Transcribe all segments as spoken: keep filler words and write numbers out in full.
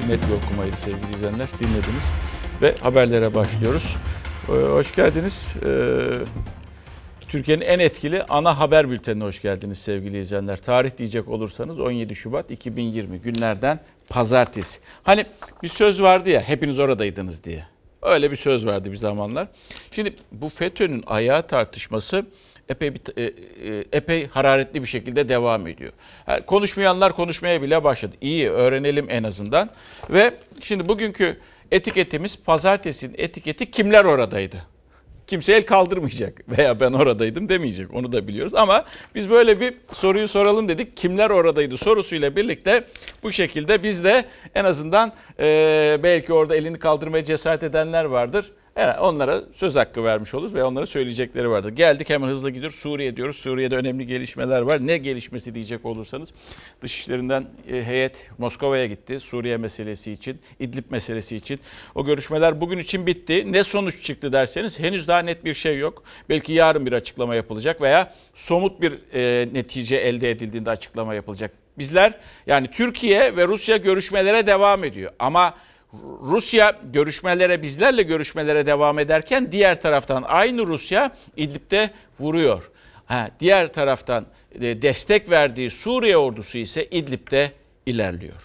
net bir okumaydı sevgili izleyenler. Dinlediniz ve haberlere başlıyoruz. Ee, hoş geldiniz. Ee, Türkiye'nin en etkili ana haber bültenine hoş geldiniz sevgili izleyenler. Tarih diyecek olursanız on yedi Şubat iki bin yirmi günlerden pazartesi. Hani bir söz vardı ya, hepiniz oradaydınız diye. Öyle bir söz vardı bir zamanlar. Şimdi bu FETÖ'nün ayağı tartışması epey bir, epey hararetli bir şekilde devam ediyor. Yani konuşmayanlar konuşmaya bile başladı. İyi, öğrenelim en azından. Ve şimdi bugünkü etiketimiz, pazartesinin etiketi kimler oradaydı? Kimse el kaldırmayacak veya ben oradaydım demeyecek, onu da biliyoruz. Ama biz böyle bir soruyu soralım dedik. Kimler oradaydı sorusuyla birlikte bu şekilde biz de en azından e, belki orada elini kaldırmaya cesaret edenler vardır. Yani onlara söz hakkı vermiş oluruz ve onlara söyleyecekleri vardır. Geldik, hemen hızlı gidiyoruz. Suriye diyoruz. Suriye'de önemli gelişmeler var. Ne gelişmesi diyecek olursanız, Dışişleri'nden heyet Moskova'ya gitti. Suriye meselesi için, İdlib meselesi için. O görüşmeler bugün için bitti. Ne sonuç çıktı derseniz henüz daha net bir şey yok. Belki yarın bir açıklama yapılacak veya somut bir e, netice elde edildiğinde açıklama yapılacak. Bizler, yani Türkiye ve Rusya görüşmelere devam ediyor. Ama Rusya görüşmelere, bizlerle görüşmelere devam ederken diğer taraftan aynı Rusya İdlib'de vuruyor. Ha, diğer taraftan destek verdiği Suriye ordusu ise İdlib'de ilerliyor.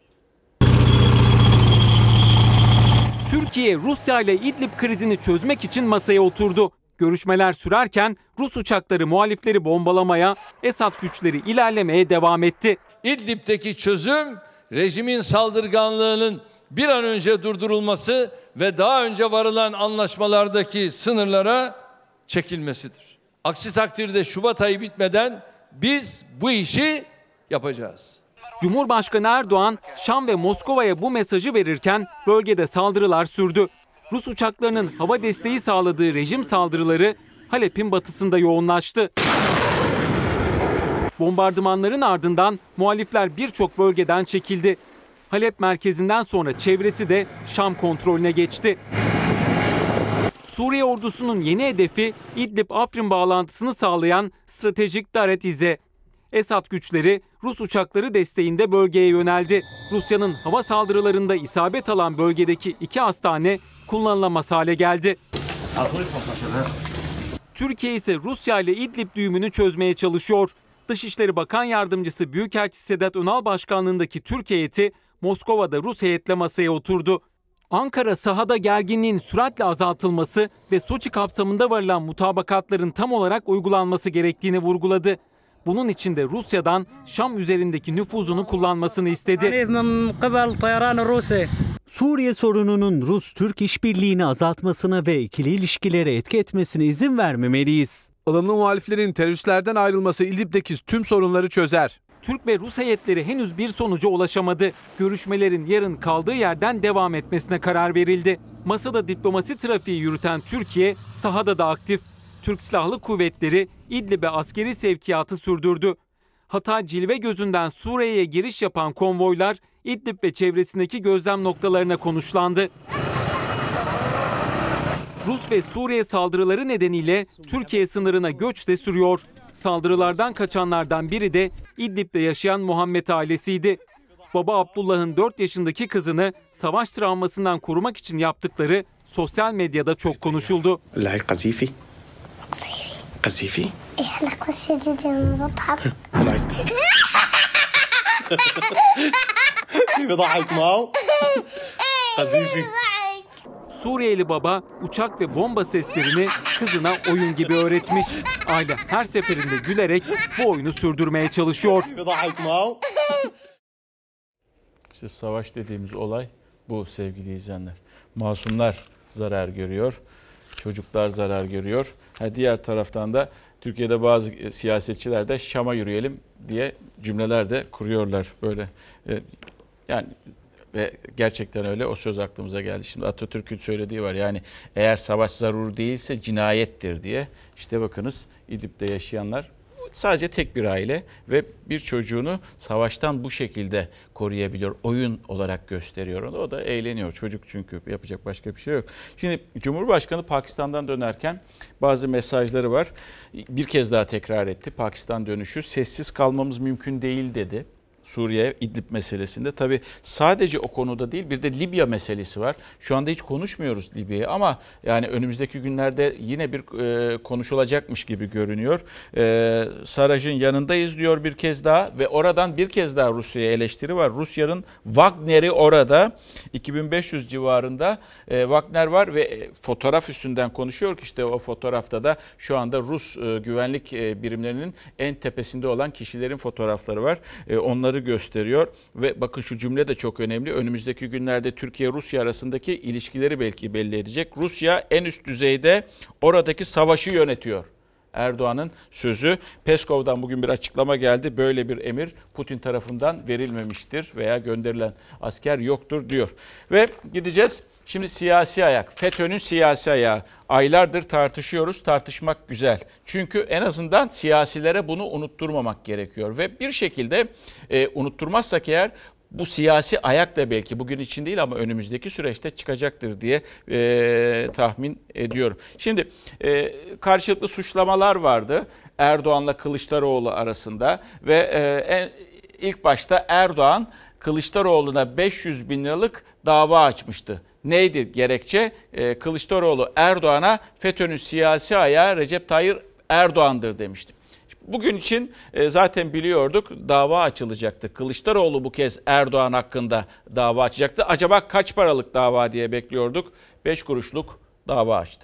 Türkiye, Rusya ile İdlib krizini çözmek için masaya oturdu. Görüşmeler sürerken Rus uçakları muhalifleri bombalamaya, Esad güçleri ilerlemeye devam etti. İdlib'deki çözüm, rejimin saldırganlığının bir an önce durdurulması ve daha önce varılan anlaşmalardaki sınırlara çekilmesidir. Aksi takdirde Şubat ayı bitmeden biz bu işi yapacağız. Cumhurbaşkanı Erdoğan, Şam ve Moskova'ya bu mesajı verirken bölgede saldırılar sürdü. Rus uçaklarının hava desteği sağladığı rejim saldırıları Halep'in batısında yoğunlaştı. Bombardımanların ardından muhalifler birçok bölgeden çekildi. Halep merkezinden sonra çevresi de Şam kontrolüne geçti. Suriye ordusunun yeni hedefi İdlib-Afrin bağlantısını sağlayan stratejik Daret İze. Esad güçleri Rus uçakları desteğinde bölgeye yöneldi. Rusya'nın hava saldırılarında isabet alan bölgedeki iki hastane kullanılamaz hale geldi. Türkiye ise Rusya ile İdlib düğümünü çözmeye çalışıyor. Dışişleri Bakan Yardımcısı Büyükelçi Sedat Önal başkanlığındaki Türk heyeti Moskova'da Rus heyetle masaya oturdu. Ankara sahada gerginliğin süratle azaltılması ve Soçi kapsamında varılan mutabakatların tam olarak uygulanması gerektiğini vurguladı. Bunun için de Rusya'dan Şam üzerindeki nüfuzunu kullanmasını istedi. Suriye sorununun Rus-Türk işbirliğini azaltmasına ve ikili ilişkilere etki etmesine izin vermemeliyiz. Ilımlı muhaliflerin teröristlerden ayrılması İdlib'deki tüm sorunları çözer. Türk ve Rus heyetleri henüz bir sonuca ulaşamadı. Görüşmelerin yarın kaldığı yerden devam etmesine karar verildi. Masada diplomasi trafiği yürüten Türkiye sahada da aktif. Türk Silahlı Kuvvetleri İdlib'e askeri sevkiyatı sürdürdü. Hatay Cilve Gözü'nden Suriye'ye giriş yapan konvoylar İdlib ve çevresindeki gözlem noktalarına konuşlandı. Rus ve Suriye saldırıları nedeniyle Türkiye sınırına göç de sürüyor. Saldırılardan kaçanlardan biri de İdlib'de yaşayan Muhammed ailesiydi. Baba Abdullah'ın dört yaşındaki kızını savaş travmasından korumak için yaptıkları sosyal medyada çok konuşuldu. Kazifi. Kazifi. Suriyeli baba uçak ve bomba seslerini kızına oyun gibi öğretmiş. Aile her seferinde gülerek bu oyunu sürdürmeye çalışıyor. İşte savaş dediğimiz olay bu sevgili izleyenler. Masumlar zarar görüyor, çocuklar zarar görüyor. Ha, diğer taraftan da Türkiye'de bazı siyasetçiler de Şam'a yürüyelim diye cümleler de kuruyorlar böyle. Yani ve gerçekten öyle, o söz aklımıza geldi. Şimdi Atatürk'ün söylediği var, yani eğer savaş zaruri değilse cinayettir diye. İşte bakınız İdlib'de yaşayanlar sadece tek bir aile ve bir çocuğunu savaştan bu şekilde koruyabiliyor. Oyun olarak gösteriyor onu. O da eğleniyor. Çocuk çünkü, yapacak başka bir şey yok. Şimdi Cumhurbaşkanı Pakistan'dan dönerken bazı mesajları var. Bir kez daha tekrar etti Pakistan dönüşü. Sessiz kalmamız mümkün değil dedi. Suriye, İdlib meselesinde. Tabii sadece o konuda değil, bir de Libya meselesi var. Şu anda hiç konuşmuyoruz Libya'yı ama yani önümüzdeki günlerde yine bir e, konuşulacakmış gibi görünüyor. E, Saraj'ın yanındayız diyor bir kez daha ve oradan bir kez daha Rusya'ya eleştiri var. Rusya'nın Wagner'i orada iki bin beş yüz civarında e, Wagner var ve fotoğraf üstünden konuşuyor ki işte o fotoğrafta da şu anda Rus e, güvenlik e, birimlerinin en tepesinde olan kişilerin fotoğrafları var. E, onları gösteriyor ve bakın şu cümle de çok önemli. Önümüzdeki günlerde Türkiye-Rusya arasındaki ilişkileri belki belli edecek. Rusya en üst düzeyde oradaki savaşı yönetiyor. Erdoğan'ın sözü. Peskov'dan bugün bir açıklama geldi. Böyle bir emir Putin tarafından verilmemiştir veya gönderilen asker yoktur diyor. Ve gideceğiz. Şimdi siyasi ayak. FETÖ'nün siyasi ayağı. Aylardır tartışıyoruz. Tartışmak güzel. Çünkü en azından siyasilere bunu unutturmamak gerekiyor. Ve bir şekilde e, unutturmazsak eğer bu siyasi ayak da belki bugün için değil ama önümüzdeki süreçte çıkacaktır diye e, tahmin ediyorum. Şimdi e, karşılıklı suçlamalar vardı Erdoğan'la Kılıçdaroğlu arasında ve e, en, ilk başta Erdoğan Kılıçdaroğlu'na beş yüz bin liralık dava açmıştı. Neydi gerekçe? E, Kılıçdaroğlu Erdoğan'a FETÖ'nün siyasi ayağı Recep Tayyip Erdoğan'dır demişti. Bugün için zaten biliyorduk dava açılacaktı. Kılıçdaroğlu bu kez Erdoğan hakkında dava açacaktı. Acaba kaç paralık dava diye bekliyorduk. beş kuruşluk dava açtı.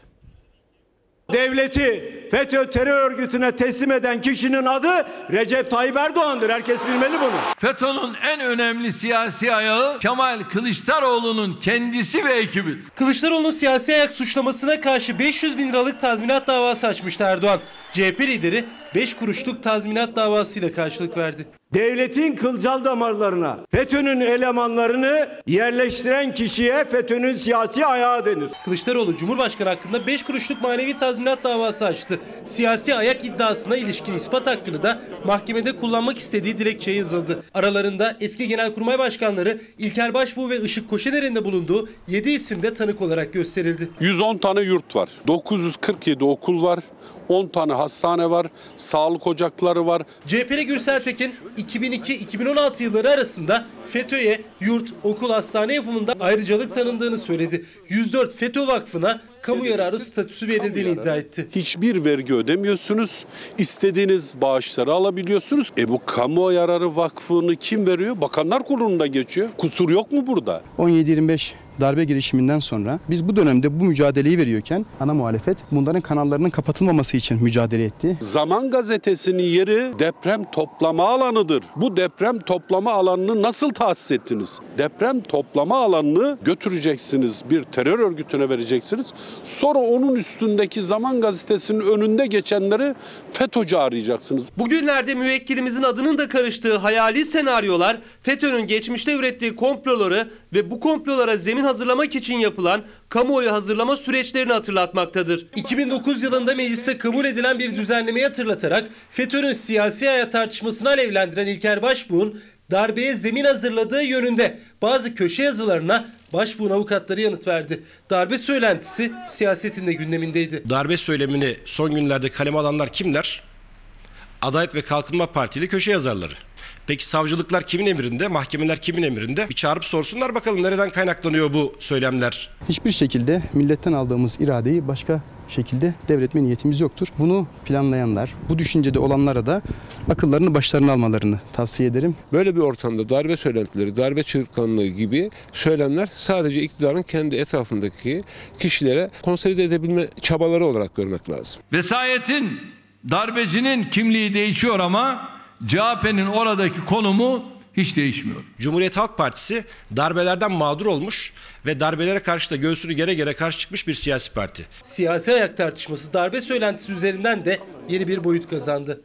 Devleti FETÖ terör örgütüne teslim eden kişinin adı Recep Tayyip Erdoğan'dır. Herkes bilmeli bunu. FETÖ'nün en önemli siyasi ayağı Kemal Kılıçdaroğlu'nun kendisi ve ekibidir. Kılıçdaroğlu'nun siyasi ayak suçlamasına karşı beş yüz bin liralık tazminat davası açmıştı Erdoğan. C H P lideri beş kuruşluk tazminat davasıyla karşılık verdi. Devletin kılcal damarlarına FETÖ'nün elemanlarını yerleştiren kişiye FETÖ'nün siyasi ayağı denir. Kılıçdaroğlu Cumhurbaşkanı hakkında beş kuruşluk manevi tazminat davası açtı. Siyasi ayak iddiasına ilişkin ispat hakkını da mahkemede kullanmak istediği dilekçeye yazıldı. Aralarında eski Genelkurmay Başkanları İlker Başbuğ ve Işık Koşener'in de bulunduğu yedi isim de tanık olarak gösterildi. yüz on tane yurt var. dokuz yüz kırk yedi okul var. on tane hastane var, sağlık ocakları var. C H P'li Gürsel Tekin iki bin iki iki bin on altı yılları arasında FETÖ'ye yurt, okul, hastane yapımında ayrıcalık tanındığını söyledi. yüz dört FETÖ Vakfı'na kamu yararı statüsü verildiğini iddia etti. Hiçbir vergi ödemiyorsunuz. İstediğiniz bağışları alabiliyorsunuz. E bu kamu yararı vakfını kim veriyor? Bakanlar Kurulu'nda geçiyor. Kusur yok mu burada? on yedi yirmi beş darbe girişiminden sonra biz bu dönemde bu mücadeleyi veriyorken ana muhalefet bunların kanallarının kapatılmaması için mücadele etti. Zaman Gazetesi'nin yeri deprem toplama alanıdır. Bu deprem toplama alanını nasıl tahsis ettiniz? Deprem toplama alanını götüreceksiniz, bir terör örgütüne vereceksiniz. Sonra onun üstündeki Zaman Gazetesi'nin önünde geçenleri FETÖ'cü arayacaksınız. Bugünlerde müvekkilimizin adının da karıştığı hayali senaryolar FETÖ'nün geçmişte ürettiği komploları ve bu komplolara zemin hazırlamak için yapılan kamuoyu hazırlama süreçlerini hatırlatmaktadır. iki bin dokuz yılında mecliste kabul edilen bir düzenlemeyi hatırlatarak FETÖ'nün siyasi hayat tartışmasını alevlendiren İlker Başbuğ'un darbeye zemin hazırladığı yönünde bazı köşe yazılarına Başbuğ'un avukatları yanıt verdi. Darbe söylentisi siyasetin de gündemindeydi. Darbe söylemini son günlerde kaleme alanlar kimler? Adalet ve Kalkınma Partili köşe yazarları. Peki savcılıklar kimin emrinde, mahkemeler kimin emrinde? Bir çağırıp sorsunlar bakalım nereden kaynaklanıyor bu söylemler? Hiçbir şekilde milletten aldığımız iradeyi başka şekilde devretme niyetimiz yoktur. Bunu planlayanlar, bu düşüncede olanlara da akıllarını başlarına almalarını tavsiye ederim. Böyle bir ortamda darbe söylentileri, darbe çığırtkanlığı gibi söylemler sadece iktidarın kendi etrafındaki kişilere konsolide edebilme çabaları olarak görmek lazım. Vesayetin, darbecinin kimliği değişiyor ama C H P'nin oradaki konumu hiç değişmiyor. Cumhuriyet Halk Partisi darbelerden mağdur olmuş ve darbelere karşı da göğsünü gere gere karşı çıkmış bir siyasi parti. Siyasi ayak tartışması darbe söylentisi üzerinden de yeni bir boyut kazandı.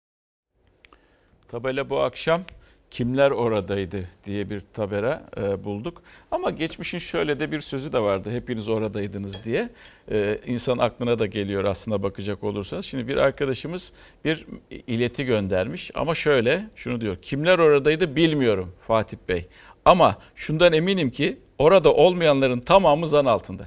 Tabela bu akşam kimler oradaydı diye bir tabela e, bulduk. Ama geçmişin şöyle de bir sözü de vardı. Hepiniz oradaydınız diye. E, insan aklına da geliyor aslında bakacak olursanız. Şimdi bir arkadaşımız bir ileti göndermiş. Ama şöyle şunu diyor. Kimler oradaydı bilmiyorum Fatih Bey. Ama şundan eminim ki orada olmayanların tamamı zan altında.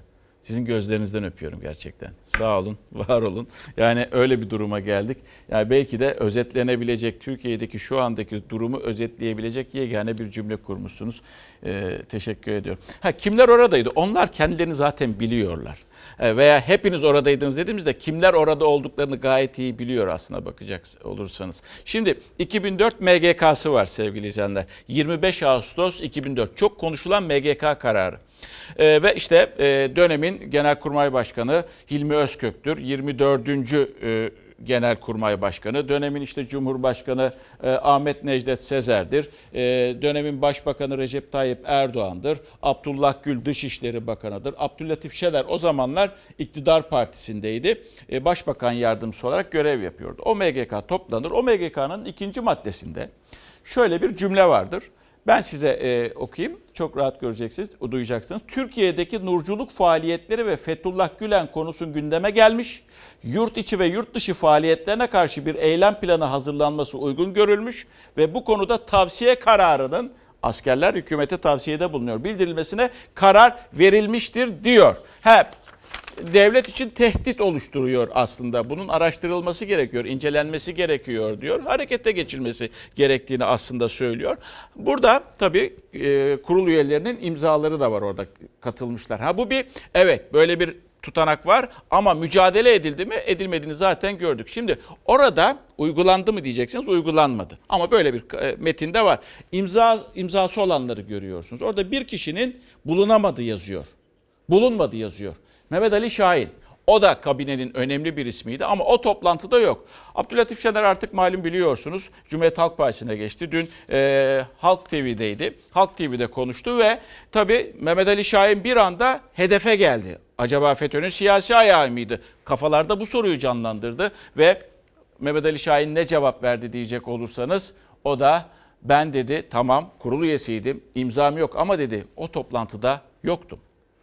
Sizin gözlerinizden öpüyorum gerçekten. Sağ olun, var olun. Yani öyle bir duruma geldik. Yani belki de özetlenebilecek, Türkiye'deki şu andaki durumu özetleyebilecek yegane bir cümle kurmuşsunuz. Ee, teşekkür ediyorum. Ha, kimler oradaydı? Onlar kendilerini zaten biliyorlar. Veya hepiniz oradaydınız dediğimizde kimler orada olduklarını gayet iyi biliyor aslında bakacak olursanız. Şimdi iki bin dört M G K'sı var sevgili izleyenler. yirmi beş Ağustos iki bin dört çok konuşulan M G K kararı. Ee, ve işte e, dönemin Genelkurmay Başkanı Hilmi Özkök'tür. yirmi dördüncü E, Genelkurmay Başkanı, dönemin işte Cumhurbaşkanı e, Ahmet Necdet Sezer'dir. E, dönemin Başbakanı Recep Tayyip Erdoğan'dır. Abdullah Gül Dışişleri Bakanı'dır. Abdüllatif Şener o zamanlar iktidar partisindeydi. E, Başbakan yardımcısı olarak görev yapıyordu. O M G K toplanır. O M G K'nın ikinci maddesinde şöyle bir cümle vardır. Ben size e, okuyayım. Çok rahat göreceksiniz, duyacaksınız. Türkiye'deki nurculuk faaliyetleri ve Fethullah Gülen konusu gündeme gelmiş. Yurt içi ve yurt dışı faaliyetlerine karşı bir eylem planı hazırlanması uygun görülmüş ve bu konuda tavsiye kararının askerler hükümete tavsiyede bulunuyor bildirilmesine karar verilmiştir diyor. Hep devlet için tehdit oluşturuyor aslında. Bunun araştırılması gerekiyor, incelenmesi gerekiyor diyor. Harekete geçilmesi gerektiğini aslında söylüyor. Burada tabii e, kurul üyelerinin imzaları da var orada katılmışlar. Ha bu bir evet böyle bir tutanak var ama mücadele edildi mi edilmediğini zaten gördük. Şimdi orada uygulandı mı diyeceksiniz, uygulanmadı. Ama böyle bir metinde var. İmza imzası olanları görüyorsunuz. Orada bir kişinin bulunamadı yazıyor. Bulunmadı yazıyor. Mehmet Ali Şahin. O da kabinenin önemli bir ismiydi ama o toplantıda yok. Abdüllatif Şener artık malum biliyorsunuz Cumhuriyet Halk Partisi'ne geçti. Dün e, Halk T V'deydi. Halk T V'de konuştu ve tabii Mehmet Ali Şahin bir anda hedefe geldi. Acaba FETÖ'nün siyasi ayağı mıydı? Kafalarda bu soruyu canlandırdı ve Mehmet Ali Şahin ne cevap verdi diyecek olursanız o da ben dedi tamam kurul üyesiydim, imzam yok ama dedi o toplantıda yoktum.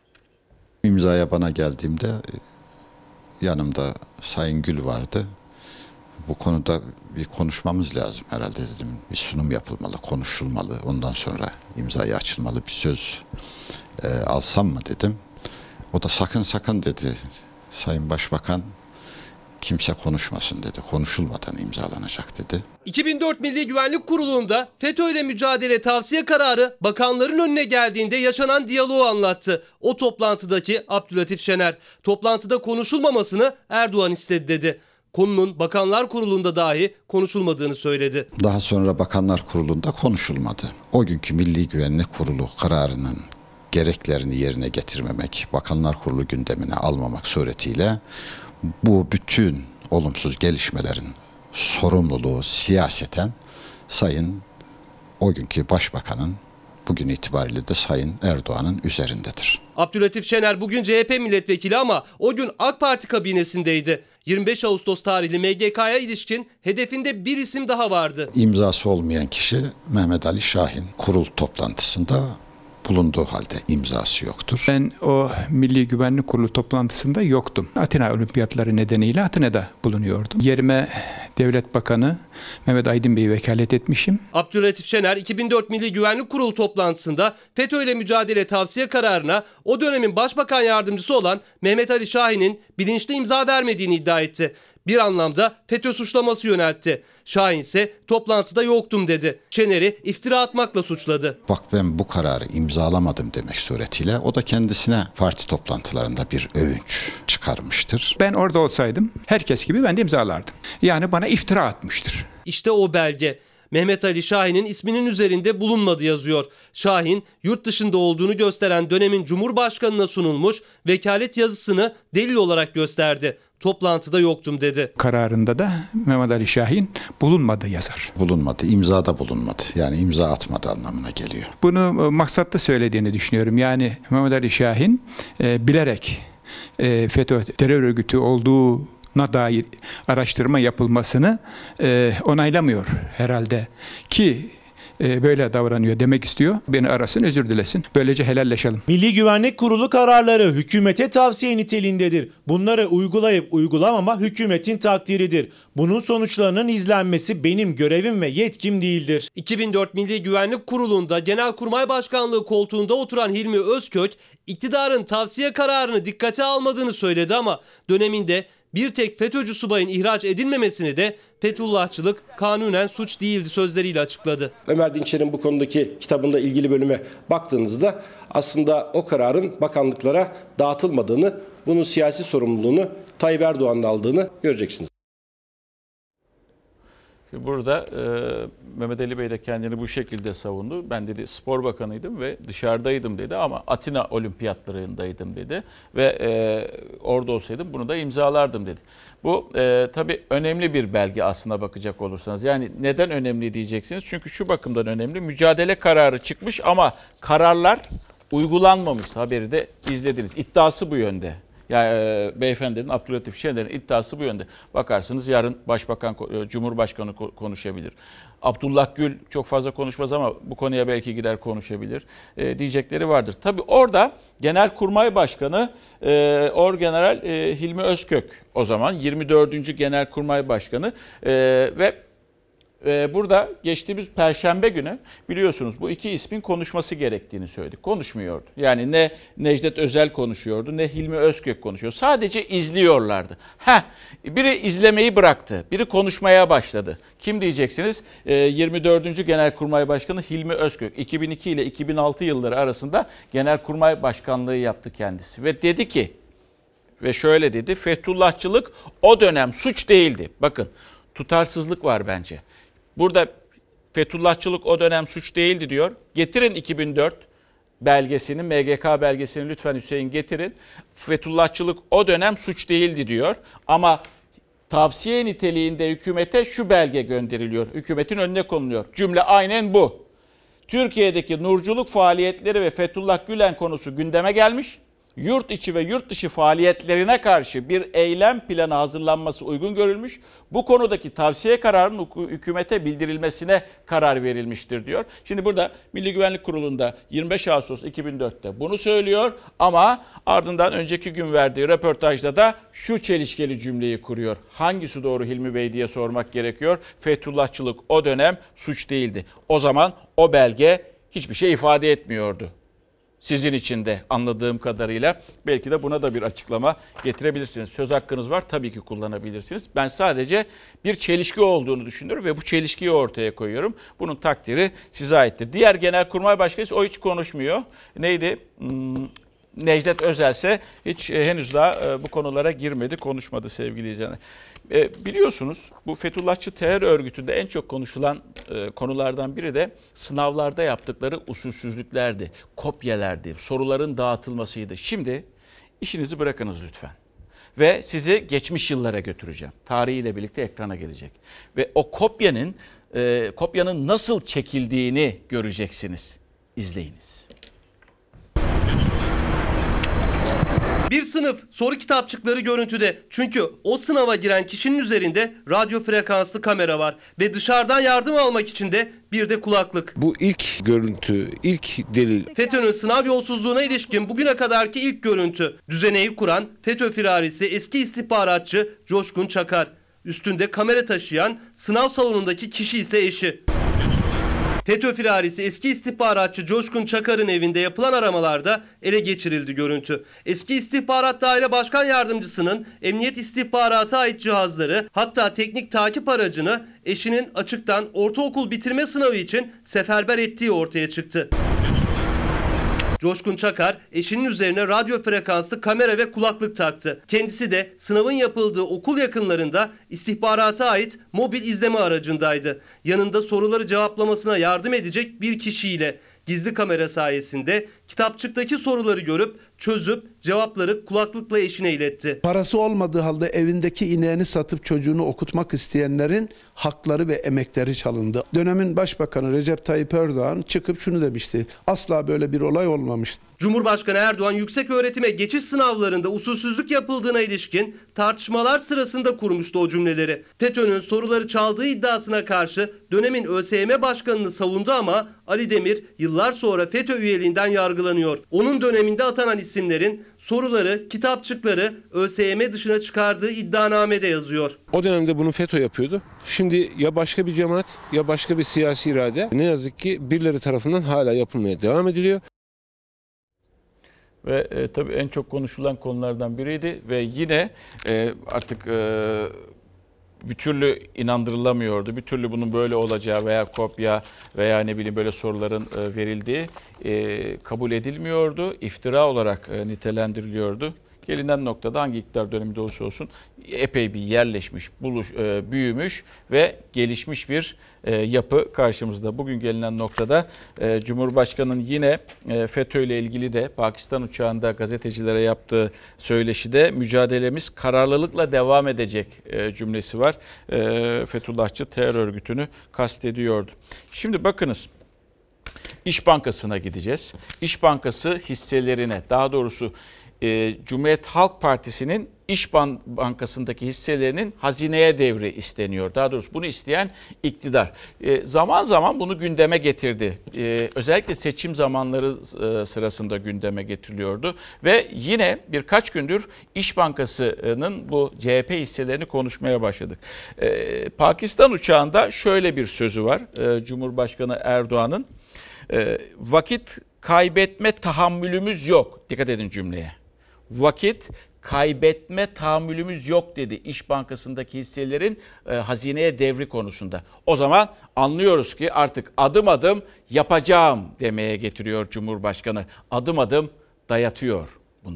İmzaya bana geldiğimde yanımda Sayın Gül vardı. Bu konuda bir konuşmamız lazım herhalde dedim. Bir sunum yapılmalı, konuşulmalı. Ondan sonra imzaya açılmalı bir söz e, alsam mı dedim. O da sakın sakın dedi. Sayın Başbakan kimse konuşmasın dedi. Konuşulmadan imzalanacak dedi. iki bin dört Milli Güvenlik Kurulu'nda FETÖ'yle mücadele tavsiye kararı bakanların önüne geldiğinde yaşanan diyaloğu anlattı. O toplantıdaki Abdüllatif Şener toplantıda konuşulmamasını Erdoğan istedi dedi. Konunun Bakanlar Kurulu'nda dahi konuşulmadığını söyledi. Daha sonra Bakanlar Kurulu'nda konuşulmadı. O günkü Milli Güvenlik Kurulu kararının gereklerini yerine getirmemek, Bakanlar Kurulu gündemine almamak suretiyle bu bütün olumsuz gelişmelerin sorumluluğu siyaseten Sayın o günkü Başbakanın bugün itibariyle de Sayın Erdoğan'ın üzerindedir. Abdüllatif Şener bugün C H P milletvekili ama o gün AK Parti kabinesindeydi. yirmi beş Ağustos tarihli M G K'ya ilişkin hedefinde bir isim daha vardı. İmzası olmayan kişi Mehmet Ali Şahin kurul toplantısında bulunduğu halde imzası yoktur. Ben o Milli Güvenlik Kurulu toplantısında yoktum. Atina Olimpiyatları nedeniyle Atina'da bulunuyordum. Yerime Devlet Bakanı Mehmet Aydın Bey'i vekalet etmişim. Abdüllatif Şener iki bin dört Milli Güvenlik Kurulu toplantısında FETÖ ile mücadele tavsiye kararına o dönemin Başbakan Yardımcısı olan Mehmet Ali Şahin'in bilinçli imza vermediğini iddia etti. Bir anlamda FETÖ suçlaması yöneltti. Şahin ise toplantıda yoktum dedi. Şener'i iftira atmakla suçladı. Bak ben bu kararı imzalamadım demek suretiyle o da kendisine parti toplantılarında bir övünç çıkarmıştır. Ben orada olsaydım herkes gibi ben de imzalardım. Yani bana iftira atmıştır. İşte o belge. Mehmet Ali Şahin'in isminin üzerinde bulunmadı yazıyor. Şahin yurt dışında olduğunu gösteren dönemin Cumhurbaşkanı'na sunulmuş vekalet yazısını delil olarak gösterdi. Toplantıda yoktum dedi. Kararında da Mehmet Ali Şahin bulunmadı yazar. Bulunmadı, imzada bulunmadı. Yani imza atmadı anlamına geliyor. Bunu maksatlı söylediğini düşünüyorum. Yani Mehmet Ali Şahin e, bilerek e, FETÖ terör örgütü olduğu na dair araştırma yapılmasını e, onaylamıyor herhalde ki e, böyle davranıyor demek istiyor. Beni arasın, özür dilesin. Böylece helalleşelim. Milli Güvenlik Kurulu kararları hükümete tavsiye niteliğindedir. Bunları uygulayıp uygulamama hükümetin takdiridir. Bunun sonuçlarının izlenmesi benim görevim ve yetkim değildir. iki bin dört Milli Güvenlik Kurulu'nda Genelkurmay Başkanlığı koltuğunda oturan Hilmi Özkök, iktidarın tavsiye kararını dikkate almadığını söyledi ama döneminde bir tek FETÖ'cü subayın ihraç edilmemesini de Fethullahçılık kanunen suç değildi sözleriyle açıkladı. Ömer Dinçer'in bu konudaki kitabında ilgili bölüme baktığınızda aslında o kararın bakanlıklara dağıtılmadığını, bunun siyasi sorumluluğunu Tayyip Erdoğan'ın aldığını göreceksiniz. Burada e, Mehmet Ali Bey de kendini bu şekilde savundu. Ben dedi spor bakanıydım ve dışarıdaydım dedi ama Atina olimpiyatlarındaydım dedi. Ve e, orada olsaydım bunu da imzalardım dedi. Bu e, tabii önemli bir belge aslına bakacak olursanız. Yani neden önemli diyeceksiniz? Çünkü şu bakımdan önemli. Mücadele kararı çıkmış ama kararlar uygulanmamış. Haberi de izlediniz. İddiası bu yönde. Yani e, beyefendinin, Abdülatif Şener'in iddiası bu yönde. Bakarsınız yarın Başbakan, Cumhurbaşkanı konuşabilir. Abdullah Gül çok fazla konuşmaz ama bu konuya belki gider konuşabilir. E, diyecekleri vardır. Tabii orada Genelkurmay Başkanı e, Orgeneral e, Hilmi Özkök o zaman yirmi dördüncü Genelkurmay Başkanı e, ve Ee, burada geçtiğimiz Perşembe günü biliyorsunuz bu iki ismin konuşması gerektiğini söyledik. Konuşmuyordu. Yani ne Necdet Özel konuşuyordu ne Hilmi Özkök konuşuyor. Sadece izliyorlardı. Heh, biri izlemeyi bıraktı. Biri konuşmaya başladı. Kim diyeceksiniz? Ee, yirmi dördüncü Genelkurmay Başkanı Hilmi Özkök. iki bin iki ile iki bin altı yılları arasında Genelkurmay Başkanlığı yaptı kendisi. Ve dedi ki ve şöyle dedi: Fethullahçılık o dönem suç değildi. Bakın, tutarsızlık var bence. Burada Fethullahçılık o dönem suç değildi diyor. Getirin iki bin dört belgesini, M G K belgesini lütfen Hüseyin getirin. Fethullahçılık o dönem suç değildi diyor. Ama tavsiye niteliğinde hükümete şu belge gönderiliyor. Hükümetin önüne konuluyor. Cümle aynen bu. Türkiye'deki nurculuk faaliyetleri ve Fethullah Gülen konusu gündeme gelmiş. Yurt içi ve yurt dışı faaliyetlerine karşı bir eylem planı hazırlanması uygun görülmüş. Bu konudaki tavsiye kararının hükümete bildirilmesine karar verilmiştir diyor. Şimdi burada Milli Güvenlik Kurulu'nda yirmi beş Ağustos iki bin dörtte bunu söylüyor ama ardından önceki gün verdiği röportajda da şu çelişkili cümleyi kuruyor. Hangisi doğru Hilmi Bey diye sormak gerekiyor. Fethullahçılık o dönem suç değildi. O zaman o belge hiçbir şey ifade etmiyordu. Sizin için de anladığım kadarıyla belki de buna da bir açıklama getirebilirsiniz. Söz hakkınız var, tabii ki kullanabilirsiniz. Ben sadece bir çelişki olduğunu düşünüyorum ve bu çelişkiyi ortaya koyuyorum. Bunun takdiri size aittir. Diğer Genelkurmay Başkanı o hiç konuşmuyor. Neydi? Hmm, Necdet Özel ise hiç e, henüz daha e, bu konulara girmedi, konuşmadı sevgili izleyenler. E, biliyorsunuz bu Fethullahçı terör örgütünde en çok konuşulan e, konulardan biri de sınavlarda yaptıkları usulsüzlüklerdi, kopyalardı, soruların dağıtılmasıydı. Şimdi işinizi bırakınız lütfen ve sizi geçmiş yıllara götüreceğim. Tarihiyle birlikte ekrana gelecek ve o kopyanın e, kopyanın nasıl çekildiğini göreceksiniz. İzleyiniz. Bir sınıf soru kitapçıkları görüntüde. Çünkü o sınava giren kişinin üzerinde radyo frekanslı kamera var. Ve dışarıdan yardım almak için de bir de kulaklık. Bu ilk görüntü, ilk delil. FETÖ'nün sınav yolsuzluğuna ilişkin bugüne kadarki ilk görüntü. Düzeneyi kuran FETÖ firarisi eski istihbaratçı Coşkun Çakar. Üstünde kamera taşıyan sınav salonundaki kişi ise eşi. FETÖ firarisi eski istihbaratçı Coşkun Çakar'ın evinde yapılan aramalarda ele geçirildi görüntü. Eski istihbarat daire başkan yardımcısının emniyet istihbarata ait cihazları, hatta teknik takip aracını eşinin açıktan ortaokul bitirme sınavı için seferber ettiği ortaya çıktı. Coşkun Çakar eşinin üzerine radyo frekanslı kamera ve kulaklık taktı. Kendisi de sınavın yapıldığı okul yakınlarında istihbarata ait mobil izleme aracındaydı. Yanında soruları cevaplamasına yardım edecek bir kişiyle. Gizli kamera sayesinde kitapçıktaki soruları görüp çözüp cevapları kulaklıkla eşine iletti. Parası olmadığı halde evindeki ineğini satıp çocuğunu okutmak isteyenlerin hakları ve emekleri çalındı. Dönemin Başbakanı Recep Tayyip Erdoğan çıkıp şunu demişti: asla böyle bir olay olmamıştı. Cumhurbaşkanı Erdoğan yükseköğretime geçiş sınavlarında usulsüzlük yapıldığına ilişkin tartışmalar sırasında kurmuştu o cümleleri. FETÖ'nün soruları çaldığı iddiasına karşı dönemin ÖSYM Başkanı'nı savundu ama Ali Demir yıllar sonra FETÖ üyeliğinden yargılanıyor. Onun döneminde atanan isimlerin soruları, kitapçıkları ÖSYM dışına çıkardığı iddianamede yazıyor. O dönemde bunu FETÖ yapıyordu. Şimdi ya başka bir cemaat ya başka bir siyasi irade ne yazık ki birileri tarafından hala yapılmaya devam ediliyor. Ve e, tabii en çok konuşulan konulardan biriydi ve yine e, artık e, bir türlü inandırılamıyordu. Bir türlü bunun böyle olacağı veya kopya veya ne bileyim böyle soruların e, verildiği e, kabul edilmiyordu. İftira olarak e, nitelendiriliyordu. Gelinen noktada hangi iktidar döneminde olursa olsun epey bir yerleşmiş, buluş, e, büyümüş ve gelişmiş bir e, yapı karşımızda. Bugün gelinen noktada e, Cumhurbaşkanı'nın yine e, FETÖ ile ilgili de Pakistan uçağında gazetecilere yaptığı söyleşide mücadelemiz kararlılıkla devam edecek e, cümlesi var. E, Fethullahçı terör örgütünü kastediyordu. Şimdi bakınız. İş Bankası'na gideceğiz. İş Bankası hisselerine, daha doğrusu e, Cumhuriyet Halk Partisi'nin İş Bankası'ndaki hisselerinin hazineye devri isteniyor. Daha doğrusu bunu isteyen iktidar. E, zaman zaman bunu gündeme getirdi. E, özellikle seçim zamanları e, sırasında gündeme getiriliyordu. Ve yine birkaç gündür İş Bankası'nın bu C H P hisselerini konuşmaya başladık. E, Pakistan uçağında şöyle bir sözü var e, Cumhurbaşkanı Erdoğan'ın. E, vakit kaybetme tahammülümüz yok. Dikkat edin cümleye. Vakit kaybetme tahammülümüz yok dedi İş Bankası'ndaki hisselerin e, hazineye devri konusunda. O zaman anlıyoruz ki artık adım adım yapacağım demeye getiriyor Cumhurbaşkanı. Adım adım dayatıyor bunu.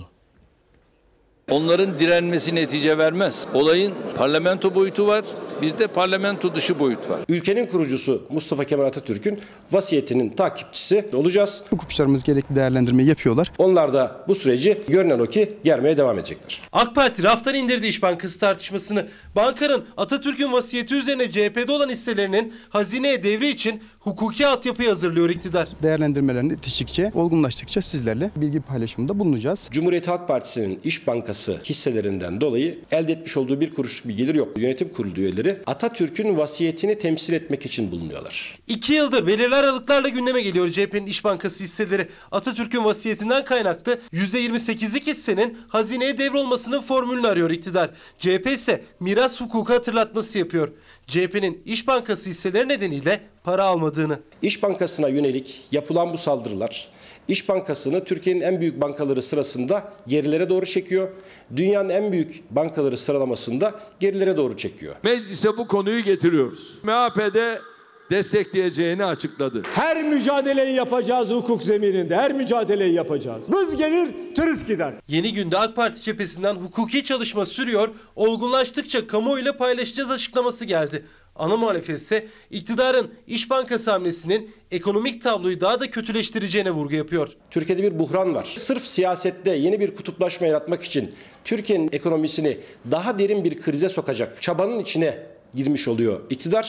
Onların direnmesi netice vermez. Olayın parlamento boyutu var, bizde parlamento dışı boyut var. Ülkenin kurucusu Mustafa Kemal Atatürk'ün vasiyetinin takipçisi olacağız. Hukukçularımız gerekli değerlendirmeyi yapıyorlar. Onlar da bu süreci görünen o ki germeye devam edecekler. AK Parti raftan indirdi İş Bankası tartışmasını. Bankanın Atatürk'ün vasiyeti üzerine C H P'de olan hisselerinin hazineye devri için hukuki altyapıyı hazırlıyor iktidar. Değerlendirmelerini yetiştikçe, olgunlaştıkça sizlerle bilgi paylaşımında bulunacağız. Cumhuriyet Halk Partisi'nin İş Bankası hisselerinden dolayı elde etmiş olduğu bir kuruşluk bir gelir yok. Yönetim kurulu üyeleri Atatürk'ün vasiyetini temsil etmek için bulunuyorlar. İki yıldır belirli aralıklarla gündeme geliyor C H P'nin İş Bankası hisseleri. Atatürk'ün vasiyetinden kaynaklı yüzde yirmi sekizlik hissenin hazineye devrolmasının formülünü arıyor iktidar. C H P ise miras hukuku hatırlatması yapıyor. C H P'nin İş Bankası hisseleri nedeniyle para almadığını. İş Bankası'na yönelik yapılan bu saldırılar İş Bankası'nı Türkiye'nin en büyük bankaları sırasında gerilere doğru çekiyor. Dünyanın en büyük bankaları sıralamasında gerilere doğru çekiyor. Meclise bu konuyu getiriyoruz. M H P'de destekleyeceğini açıkladı. Her mücadeleyi yapacağız hukuk zemininde. Her mücadeleyi yapacağız. Vız gelir, tırıs gider. Yeni günde AK Parti cephesinden hukuki çalışma sürüyor. Olgunlaştıkça kamuoyuyla paylaşacağız açıklaması geldi. Ana muhalefet ise iktidarın İş Bankası hamlesinin ekonomik tabloyu daha da kötüleştireceğine vurgu yapıyor. Türkiye'de bir buhran var. Sırf siyasette yeni bir kutuplaşma yaratmak için Türkiye'nin ekonomisini daha derin bir krize sokacak çabanın içine girmiş oluyor iktidar.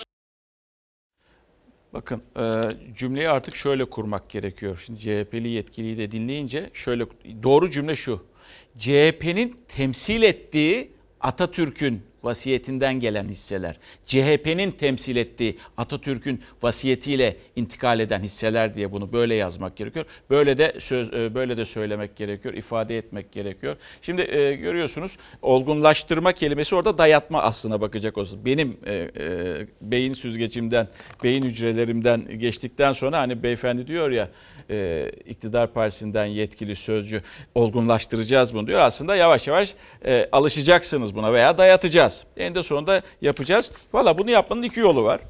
Bakın cümleyi artık şöyle kurmak gerekiyor. Şimdi C H P'li yetkiliyi de dinleyince şöyle, doğru cümle şu. C H P'nin temsil ettiği Atatürk'ün vasiyetinden gelen hisseler, C H P'nin temsil ettiği Atatürk'ün vasiyetiyle intikal eden hisseler diye bunu böyle yazmak gerekiyor. Böyle de söz böyle de söylemek gerekiyor, ifade etmek gerekiyor. Şimdi e, görüyorsunuz olgunlaştırma kelimesi orada dayatma aslına bakacak olsun. Benim e, e, beyin süzgecimden, beyin hücrelerimden geçtikten sonra hani beyefendi diyor ya e, iktidar partisinden yetkili sözcü olgunlaştıracağız bunu diyor. Aslında yavaş yavaş e, alışacaksınız buna veya dayatacağız. En de sonunda yapacağız. Valla bunu yapmanın iki yolu var.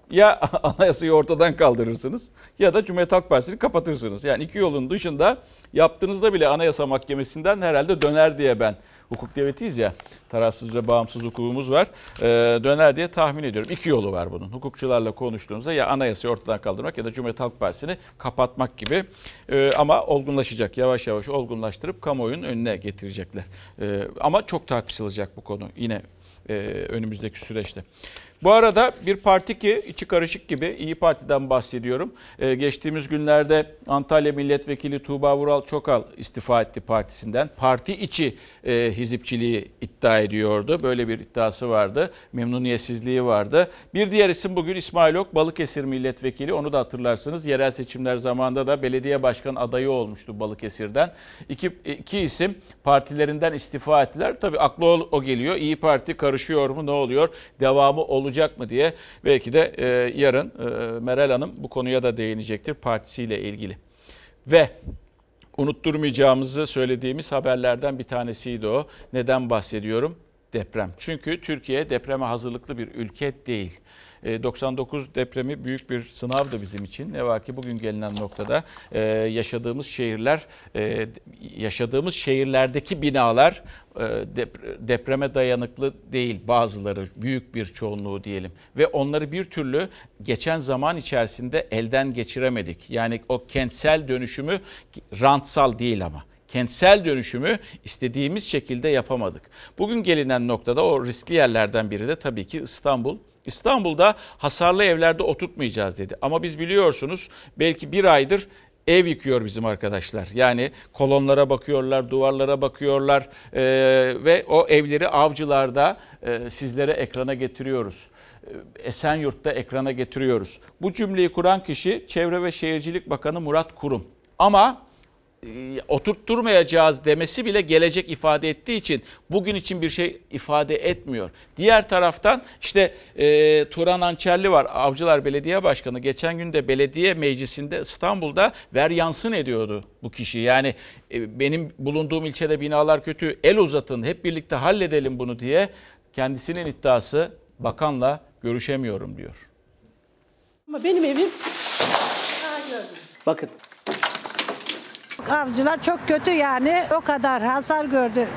Ya anayasayı ortadan kaldırırsınız ya da Cumhuriyet Halk Partisi'ni kapatırsınız. Yani iki yolun dışında yaptığınızda bile Anayasa Mahkemesi'nden herhalde döner diye ben, hukuk devletiyiz ya, tarafsız ve bağımsız hukukumuz var, ee, döner diye tahmin ediyorum. İki yolu var bunun. Hukukçularla konuştuğunuzda ya anayasayı ortadan kaldırmak ya da Cumhuriyet Halk Partisi'ni kapatmak gibi. Ee, ama olgunlaşacak, yavaş yavaş olgunlaştırıp kamuoyunun önüne getirecekler. Ee, ama çok tartışılacak bu konu yine e, önümüzdeki süreçte. Bu arada bir parti ki içi karışık gibi, İyi Parti'den bahsediyorum. Ee, geçtiğimiz günlerde Antalya Milletvekili Tuğba Vural Çokal istifa etti partisinden. Parti içi e, hizipçiliği iddia ediyordu. Böyle bir iddiası vardı. Memnuniyetsizliği vardı. Bir diğer isim bugün İsmail Ok, Balıkesir Milletvekili. Onu da hatırlarsınız. Yerel seçimler zamanında da belediye başkan adayı olmuştu Balıkesir'den. İki, iki isim partilerinden istifa ettiler. Tabii aklı o, o geliyor. İyi Parti karışıyor mu, ne oluyor? Devamı olacak mı diye belki de e, yarın e, Meral Hanım bu konuya da değinecektir partisiyle ilgili. Ve unutturmayacağımızı söylediğimiz haberlerden bir tanesiydi o. Neden bahsediyorum? Deprem. Çünkü Türkiye depreme hazırlıklı bir ülke değil. doksan dokuz depremi büyük bir sınavdı bizim için. Ne var ki bugün gelinen noktada yaşadığımız şehirler, yaşadığımız şehirlerdeki binalar depreme dayanıklı değil, bazıları, büyük bir çoğunluğu diyelim. Ve onları bir türlü geçen zaman içerisinde elden geçiremedik. Yani o kentsel dönüşümü, rantsal değil ama, kentsel dönüşümü istediğimiz şekilde yapamadık. Bugün gelinen noktada o riskli yerlerden biri de tabii ki İstanbul. İstanbul'da hasarlı evlerde oturtmayacağız dedi. Ama biz biliyorsunuz belki bir aydır ev yıkıyor bizim arkadaşlar. Yani kolonlara bakıyorlar, duvarlara bakıyorlar ee, ve o evleri Avcılar'da e, sizlere ekrana getiriyoruz. Esenyurt'ta ekrana getiriyoruz. Bu cümleyi kuran kişi Çevre ve Şehircilik Bakanı Murat Kurum. Ama oturtturmayacağız demesi bile gelecek ifade ettiği için bugün için bir şey ifade etmiyor. Diğer taraftan işte e, Turan Ançerli var, Avcılar Belediye Başkanı. Geçen gün de belediye meclisinde İstanbul'da ver yansın ediyordu bu kişi. Yani e, benim bulunduğum ilçede binalar kötü, el uzatın, hep birlikte halledelim bunu diye. Kendisinin iddiası, bakanla görüşemiyorum diyor. Ama benim evim, bakın. Avcılar çok kötü yani, o kadar hasar gördü.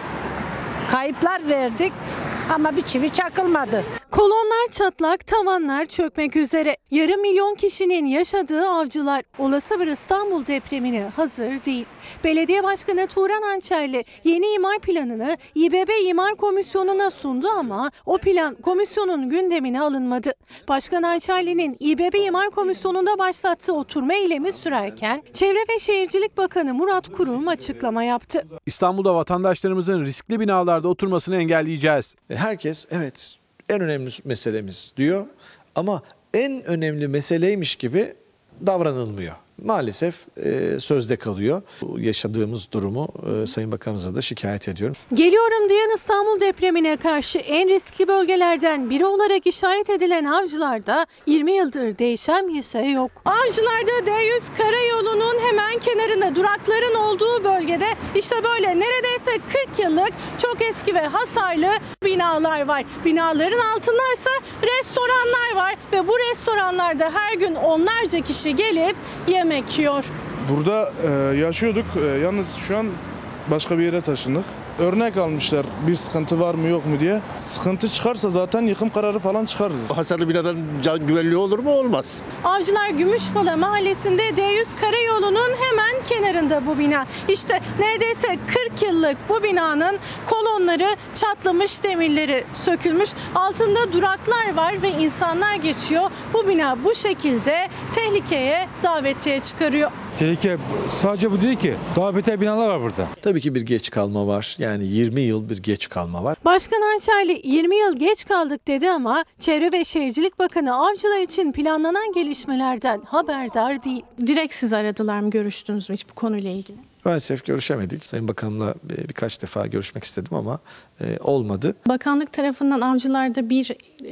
Kayıplar verdik ama bir çivi çakılmadı. Kolonlar çatlak, tavanlar çökmek üzere. Yarım milyon kişinin yaşadığı Avcılar olası bir İstanbul depremine hazır değil. Belediye Başkanı Turan Ançerli yeni imar planını İ B B İmar Komisyonu'na sundu ama o plan komisyonun gündemine alınmadı. Başkan Ançerli'nin İ B B İmar Komisyonu'nda başlattığı oturma eylemi sürerken Çevre ve Şehircilik Bakanı Murat Kurum açıklama yaptı. İstanbul'da vatandaşlarımızın riskli binalarda oturmasını engelleyeceğiz. Herkes evet en önemli meselemiz diyor ama en önemli meseleymiş gibi davranılmıyor. Maalesef e, sözde kalıyor. Bu yaşadığımız durumu e, Sayın Bakanımıza da şikayet ediyorum. Geliyorum diyen İstanbul depremine karşı en riskli bölgelerden biri olarak işaret edilen Avcılar'da yirmi yıldır değişen bir şey yok. Avcılar'da D yüz karayolunun hemen kenarında durakların olduğu bölgede işte böyle neredeyse kırk yıllık çok eski ve hasarlı binalar var. Binaların altındaysa restoranlar var ve bu restoranlarda her gün onlarca kişi gelip yemek yiyor. Burada e, yaşıyorduk. E, yalnız şu an başka bir yere taşındık. Örnek almışlar bir sıkıntı var mı yok mu diye. Sıkıntı çıkarsa zaten yıkım kararı falan çıkarır. Hasarlı binadan can güvenliği olur mu? Olmaz. Avcılar Gümüşpala mahallesinde D yüz karayolunun hemen kenarında bu bina. İşte neredeyse kırk yıllık bu binanın kolonları çatlamış, demirleri sökülmüş. Altında duraklar var ve insanlar geçiyor. Bu bina bu şekilde tehlikeye davetiye çıkarıyor. Tehlike sadece bu değil ki. Daha beter binalar var burada. Tabii ki bir geç kalma var. Yani yirmi yıl bir geç kalma var. Başkan Ançerli yirmi yıl geç kaldık dedi ama Çevre ve Şehircilik Bakanı Avcılar için planlanan gelişmelerden haberdar değil. Direkt siz aradılar mı, görüştünüz mü hiç bu konuyla ilgili? Maalesef görüşemedik. Sayın Bakanımla birkaç defa görüşmek istedim ama e, olmadı. Bakanlık tarafından Avcılar'da bir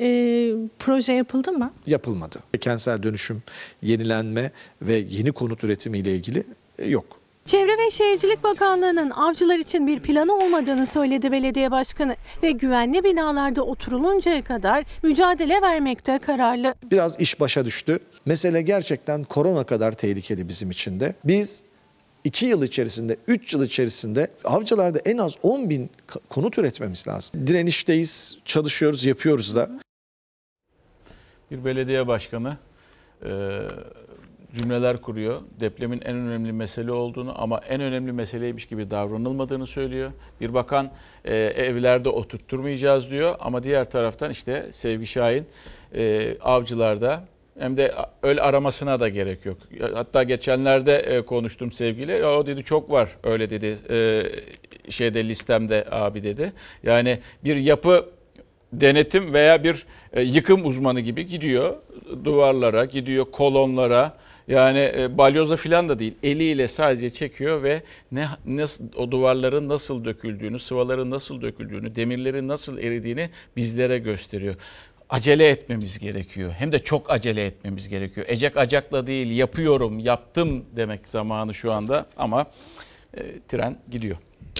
e, proje yapıldı mı? Yapılmadı. Kentsel dönüşüm, yenilenme ve yeni konut üretimi ile ilgili e, yok. Çevre ve Şehircilik Bakanlığı'nın avcılar için bir planı olmadığını söyledi belediye başkanı ve güvenli binalarda oturuluncaya kadar mücadele vermekte kararlı. Biraz iş başa düştü. Mesele gerçekten korona kadar tehlikeli bizim için de. Biz iki yıl içerisinde, üç yıl içerisinde avcılarda en az on bin konut üretmemiz lazım. Direnişteyiz, çalışıyoruz, yapıyoruz da. Bir belediye başkanı e, cümleler kuruyor. Depremin en önemli mesele olduğunu ama en önemli meseleymiş gibi davranılmadığını söylüyor. Bir bakan e, evlerde oturtturmayacağız diyor ama diğer taraftan işte Sevgi Şahin e, avcılarda hem de öyle aramasına da gerek yok. Hatta geçenlerde e, konuştum sevgiyle. O dedi çok var öyle dedi e, şeyde listemde abi dedi. Yani bir yapı denetim veya bir e, yıkım uzmanı gibi gidiyor duvarlara, gidiyor kolonlara. Yani e, balyoza falan da değil, eliyle sadece çekiyor ve ne nasıl o duvarların nasıl döküldüğünü, sıvaların nasıl döküldüğünü, demirlerin nasıl eridiğini bizlere gösteriyor. Acele etmemiz gerekiyor. Hem de çok acele etmemiz gerekiyor. Ecek acakla değil, yapıyorum, yaptım demek zamanı şu anda ama e, tren gidiyor.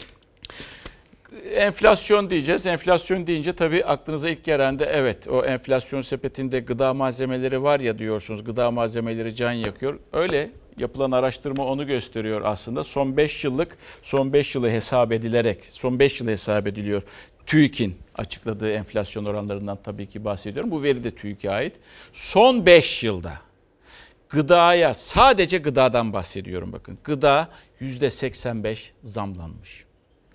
Enflasyon diyeceğiz. Enflasyon deyince tabii aklınıza ilk gelen de evet o enflasyon sepetinde gıda malzemeleri var ya diyorsunuz. Gıda malzemeleri can yakıyor. Öyle yapılan araştırma onu gösteriyor aslında. Son beş yıllık, son beş yılı hesap edilerek, son beş yılı hesap ediliyor. TÜİK'in açıkladığı enflasyon oranlarından tabii ki bahsediyorum. Bu veri de TÜİK'e ait. Son beş yılda gıdaya, sadece gıdadan bahsediyorum bakın. Gıda yüzde seksen beş zamlanmış.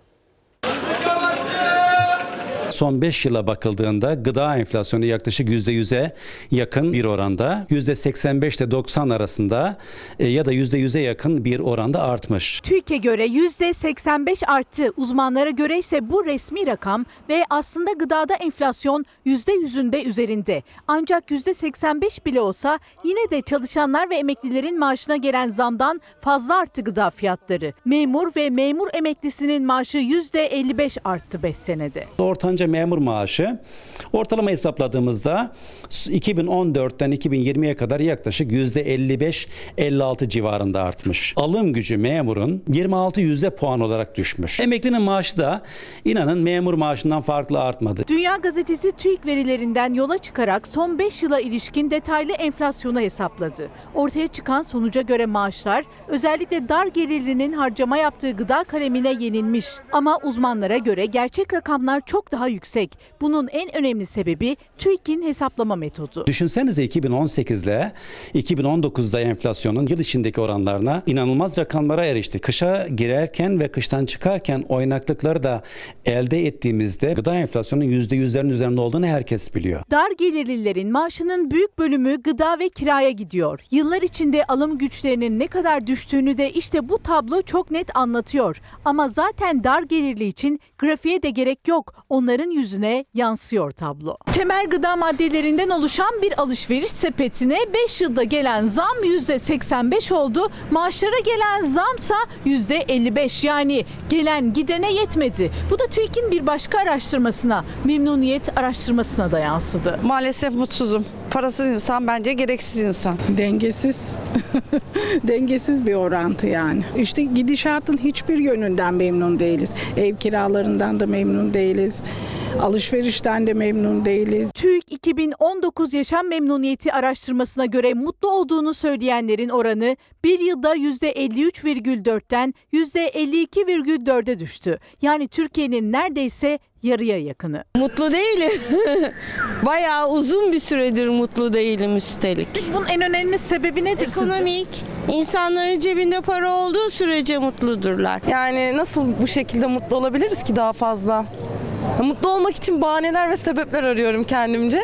Son beş yıla bakıldığında gıda enflasyonu yaklaşık yüzde yüze yakın bir oranda, yüzde seksen beş ile doksan arasında e, ya da yüzde yüze yakın bir oranda artmış. TÜİK'e göre yüzde seksen beş arttı. Uzmanlara göre ise bu resmi rakam ve aslında gıdada enflasyon yüzde yüzünde üzerinde. Ancak yüzde seksen beş bile olsa yine de çalışanlar ve emeklilerin maaşına gelen zamdan fazla arttı gıda fiyatları. Memur ve memur emeklisinin maaşı yüzde elli beş arttı beş senede. Ortanca memur maaşı ortalama hesapladığımızda iki bin on dörtten iki bin yirmiye kadar yaklaşık yüzde elli beş elli altı civarında artmış. Alım gücü memurun yirmi altı yüzde puan olarak düşmüş. Emeklinin maaşı da inanın memur maaşından farklı artmadı. Dünya Gazetesi TÜİK verilerinden yola çıkarak son beş yıla ilişkin detaylı enflasyonu hesapladı. Ortaya çıkan sonuca göre maaşlar özellikle dar gelirlinin harcama yaptığı gıda kalemine yenilmiş. Ama uzmanlara göre gerçek rakamlar çok daha yüksek. Bunun en önemli sebebi TÜİK'in hesaplama metodu. Düşünsenize iki bin on sekiz ile iki bin on dokuzda enflasyonun yıl içindeki oranlarına inanılmaz rakamlara erişti. Kışa girerken ve kıştan çıkarken oynaklıkları da elde ettiğimizde gıda enflasyonunun yüzde yüzlerin üzerinde olduğunu herkes biliyor. Dar gelirlilerin maaşının büyük bölümü gıda ve kiraya gidiyor. Yıllar içinde alım güçlerinin ne kadar düştüğünü de işte bu tablo çok net anlatıyor. Ama zaten dar gelirli için grafiğe de gerek yok. Onların yüzüne yansıyor tablo. Temel gıda maddelerinden oluşan bir alışveriş sepetine beş yılda gelen zam yüzde seksen beş oldu. Maaşlara gelen zamsa yüzde elli beş, yani gelen gidene yetmedi. Bu da TÜİK'in bir başka araştırmasına, memnuniyet araştırmasına da yansıdı. Maalesef mutsuzum. Parasız insan bence gereksiz insan. Dengesiz. Dengesiz bir orantı yani. İşte gidişatın hiçbir yönünden memnun değiliz. Ev kiralarından da memnun değiliz. Alışverişten de memnun değiliz. TÜİK iki bin on dokuz yaşam memnuniyeti araştırmasına göre mutlu olduğunu söyleyenlerin oranı bir yılda yüzde elli üç virgül dörtten yüzde elli iki virgül dörde düştü. Yani Türkiye'nin neredeyse yarıya yakını. Mutlu değilim. Bayağı uzun bir süredir mutlu değilim üstelik. Bunun en önemli sebebi nedir sizce? Ekonomik. İnsanların cebinde para olduğu sürece mutludurlar. Yani nasıl bu şekilde mutlu olabiliriz ki daha fazla? Mutlu olmak için bahaneler ve sebepler arıyorum kendimce.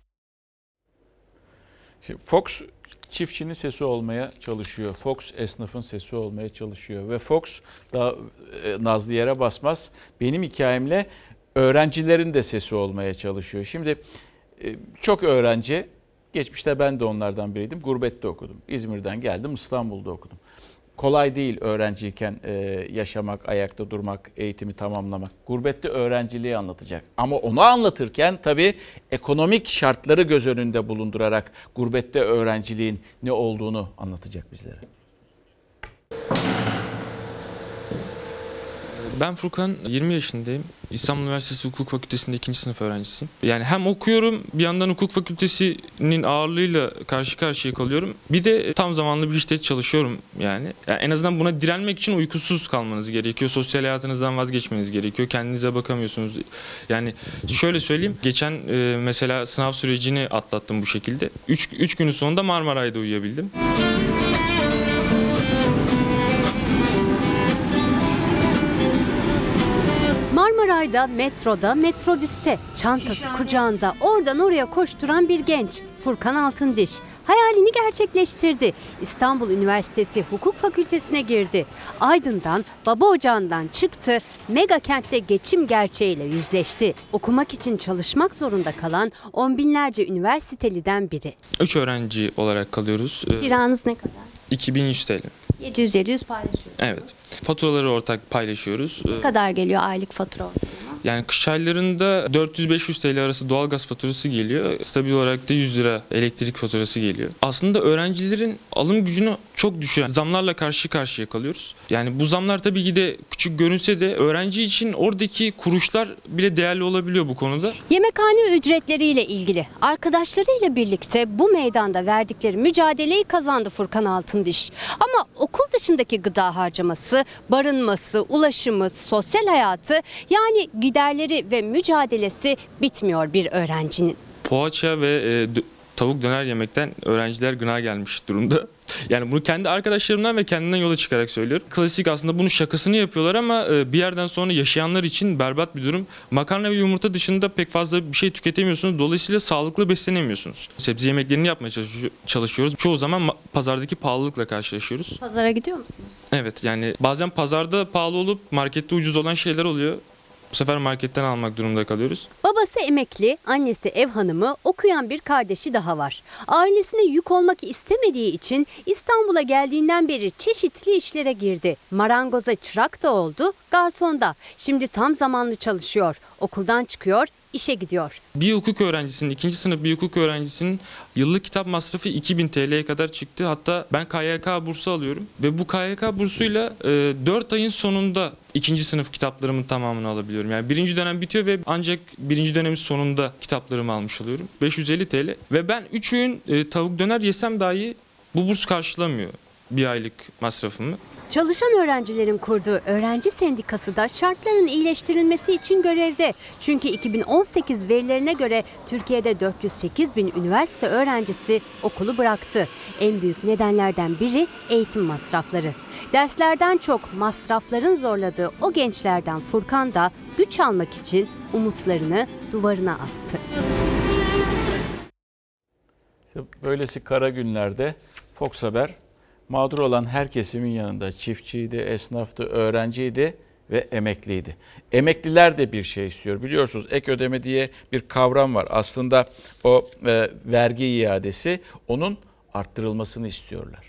Şimdi Fox çiftçinin sesi olmaya çalışıyor. Fox esnafın sesi olmaya çalışıyor. Ve Fox daha e, nazlı yere basmaz. Benim hikayemle öğrencilerin de sesi olmaya çalışıyor. Şimdi e, çok öğrenci, geçmişte ben de onlardan biriydim. Gurbette okudum. İzmir'den geldim, İstanbul'da okudum. Kolay değil öğrenciyken e, yaşamak, ayakta durmak, eğitimi tamamlamak. Gurbette öğrenciliği anlatacak. Ama onu anlatırken tabii ekonomik şartları göz önünde bulundurarak gurbette öğrenciliğin ne olduğunu anlatacak bizlere. Ben Furkan, yirmi yaşındayım. İstanbul Üniversitesi Hukuk Fakültesi'nde ikinci sınıf öğrencisiyim. Yani hem okuyorum, bir yandan hukuk fakültesinin ağırlığıyla karşı karşıya kalıyorum. Bir de tam zamanlı bir işte çalışıyorum yani. Yani en azından buna direnmek için uykusuz kalmanız gerekiyor. Sosyal hayatınızdan vazgeçmeniz gerekiyor. Kendinize bakamıyorsunuz. Yani şöyle söyleyeyim, geçen e, mesela sınav sürecini atlattım bu şekilde. üç günün sonunda Marmaray'da uyuyabildim. Marmaray'da, metroda, metrobüste, çantası kucağında oradan oraya koşturan bir genç Furkan Altındiş hayalini gerçekleştirdi. İstanbul Üniversitesi Hukuk Fakültesine girdi. Aydın'dan, baba ocağından çıktı, mega kentte geçim gerçeğiyle yüzleşti. Okumak için çalışmak zorunda kalan on binlerce üniversiteliden biri. Üç öğrenci olarak kalıyoruz. Kiranız ne kadar? iki bin yüz TL. yedi yüz yedi yüz paylaşıyoruz. Evet. Faturaları ortak paylaşıyoruz. Ne kadar geliyor aylık fatura ortalama? Yani kış aylarında dört yüz beş yüz TL arası doğalgaz faturası geliyor. Stabil olarak da yüz lira elektrik faturası geliyor. Aslında öğrencilerin alım gücünü çok düşüren zamlarla karşı karşıya kalıyoruz. Yani bu zamlar tabii ki de küçük görünse de öğrenci için oradaki kuruşlar bile değerli olabiliyor bu konuda. Yemekhane ücretleriyle ilgili arkadaşlarıyla birlikte bu meydanda verdikleri mücadeleyi kazandı Furkan Altındiş. Ama okul dışındaki gıda harcaması, barınması, ulaşımı, sosyal hayatı, yani giderleri ve mücadelesi bitmiyor bir öğrencinin. Poğaça ve e, tavuk döner yemekten öğrenciler gına gelmiş durumda. Yani bunu kendi arkadaşlarımdan ve kendimden yola çıkarak söylüyorum. Klasik, aslında bunun şakasını yapıyorlar ama bir yerden sonra yaşayanlar için berbat bir durum. Makarna ve yumurta dışında pek fazla bir şey tüketemiyorsunuz. Dolayısıyla sağlıklı beslenemiyorsunuz. Sebze yemeklerini yapmaya çalışıyoruz. Çoğu zaman pazardaki pahalılıkla karşılaşıyoruz. Pazara gidiyor musunuz? Evet, yani bazen pazarda pahalı olup markette ucuz olan şeyler oluyor. Bu sefer marketten almak durumunda kalıyoruz. Babası emekli, annesi ev hanımı, okuyan bir kardeşi daha var. Ailesine yük olmak istemediği için İstanbul'a geldiğinden beri çeşitli işlere girdi. Marangoza çırak da oldu, garson da. Şimdi tam zamanlı çalışıyor. Okuldan çıkıyor, işe gidiyor. Bir hukuk öğrencisinin, ikinci sınıf bir hukuk öğrencisinin yıllık kitap masrafı iki bin TL'ye kadar çıktı. Hatta ben K Y K bursu alıyorum ve bu K Y K bursuyla e, dört ayın sonunda ikinci sınıf kitaplarımın tamamını alabiliyorum. Yani birinci dönem bitiyor ve ancak birinci dönemin sonunda kitaplarımı almış oluyorum. beş yüz elli TL ve ben üç öğün e, tavuk döner yesem dahi bu burs karşılamıyor bir aylık masrafımı. Çalışan öğrencilerin kurduğu öğrenci sendikası da şartların iyileştirilmesi için görevde. Çünkü iki bin on sekiz verilerine göre Türkiye'de dört yüz sekiz bin üniversite öğrencisi okulu bıraktı. En büyük nedenlerden biri eğitim masrafları. Derslerden çok masrafların zorladığı o gençlerden Furkan da güç almak için umutlarını duvarına astı. İşte böylesi kara günlerde Fox Haber mağdur olan her kesimin yanında, çiftçiydi, esnaftı, öğrenciydi ve emekliydi. Emekliler de bir şey istiyor. Biliyorsunuz ek ödeme diye bir kavram var. Aslında o e, vergi iadesi, onun arttırılmasını istiyorlar.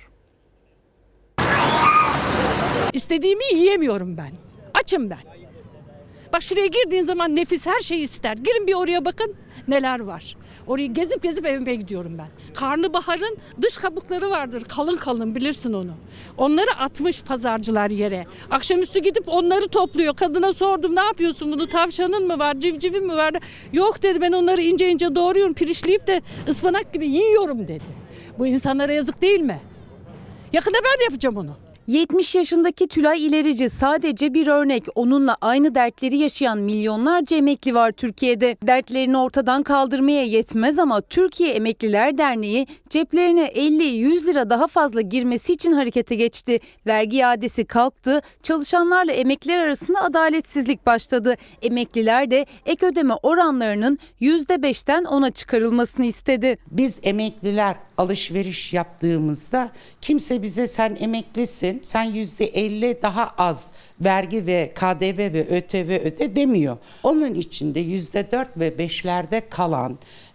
İstediğimi yiyemiyorum ben. Açım ben. Bak şuraya girdiğin zaman nefis her şeyi ister. Girin bir oraya bakın neler var. Orayı gezip gezip evime gidiyorum ben. Karnabaharın dış kabukları vardır. Kalın kalın, bilirsin onu. Onları atmış pazarcılar yere. Akşamüstü gidip onları topluyor. Kadına sordum, ne yapıyorsun bunu? Tavşanın mı var? Civcivin mi var? Yok dedi, ben onları ince ince doğruyorum. Pirişleyip de ıspanak gibi yiyorum dedi. Bu insanlara yazık değil mi? Yakında ben de yapacağım onu. yetmiş yaşındaki Tülay İlerici sadece bir örnek. Onunla aynı dertleri yaşayan milyonlarca emekli var Türkiye'de. Dertlerini ortadan kaldırmaya yetmez ama Türkiye Emekliler Derneği ceplerine elli yüz lira daha fazla girmesi için harekete geçti. Vergi iadesi kalktı, çalışanlarla emekliler arasında adaletsizlik başladı. Emekliler de ek ödeme oranlarının yüzde beşten ona çıkarılmasını istedi. Biz emekliler alışveriş yaptığımızda kimse bize sen emeklisin, sen yüzde elli daha az vergi ve K D V ve Ö T V öde demiyor. Onun içinde yüzde dört ve beşlerde kalan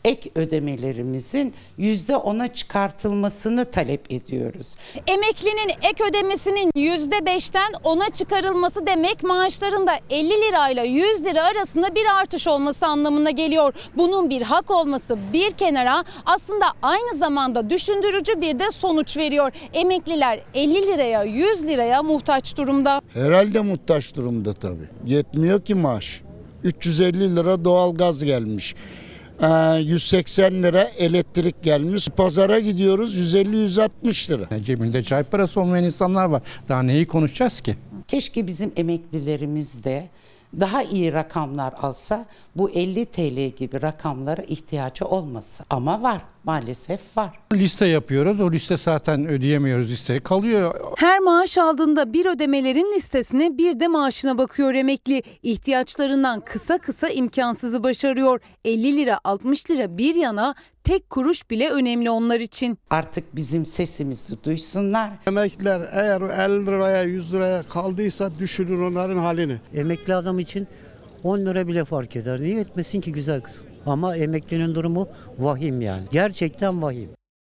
ek ödemelerimizin yüzde ona çıkartılmasını talep ediyoruz. Emeklinin ek ödemesinin yüzde beşten ona çıkarılması demek maaşlarında elli lirayla yüz lira arasında bir artış olması anlamına geliyor. Bunun bir hak olması bir kenara, aslında aynı zamanda düşündürücü bir de sonuç veriyor. Emekliler elli liraya yüz liraya muhtaç durumda. Herhalde muhtaç durumda tabii. Yetmiyor ki maaş. üç yüz elli lira doğalgaz gelmiş. yüz seksen lira elektrik gelmiş. Pazara gidiyoruz yüz elli yüz altmış lira. Cebinde çay parası olmayan insanlar var. Daha neyi konuşacağız ki? Keşke bizim emeklilerimiz de daha iyi rakamlar alsa, bu elli TL gibi rakamlara ihtiyacı olması. Ama var, maalesef var. Liste yapıyoruz. O liste zaten ödeyemiyoruz, listeye kalıyor. Her maaş aldığında bir ödemelerin listesine bir de maaşına bakıyor emekli. İhtiyaçlarından kısa kısa imkansızı başarıyor. elli lira altmış lira bir yana, tek kuruş bile önemli onlar için. Artık bizim sesimizi duysunlar. Emekliler eğer elli liraya yüz liraya kaldıysa düşünün onların halini. Emekli adam için on lira bile fark eder. Niye etmesin ki güzel kızım? Ama emeklinin durumu vahim yani. Gerçekten vahim.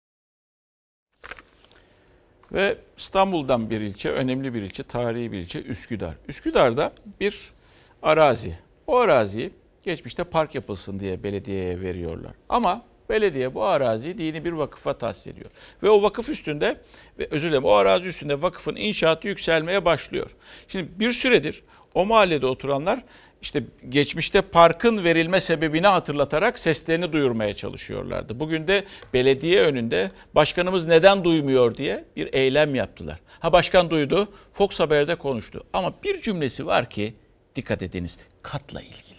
Ve İstanbul'dan bir ilçe, önemli bir ilçe, tarihi bir ilçe Üsküdar. Üsküdar'da bir arazi. O araziyi geçmişte park yapılsın diye belediyeye veriyorlar. Ama belediye bu araziyi dini bir vakıfa tahsis ediyor. Ve o vakıf üstünde, ve özür dilerim o arazi üstünde vakıfın inşaatı yükselmeye başlıyor. Şimdi bir süredir o mahallede oturanlar işte geçmişte parkın verilme sebebini hatırlatarak seslerini duyurmaya çalışıyorlardı. Bugün de belediye önünde başkanımız neden duymuyor diye bir eylem yaptılar. Ha, başkan duydu, Fox Haber'de konuştu. Ama bir cümlesi var ki dikkat ediniz, katla ilgili.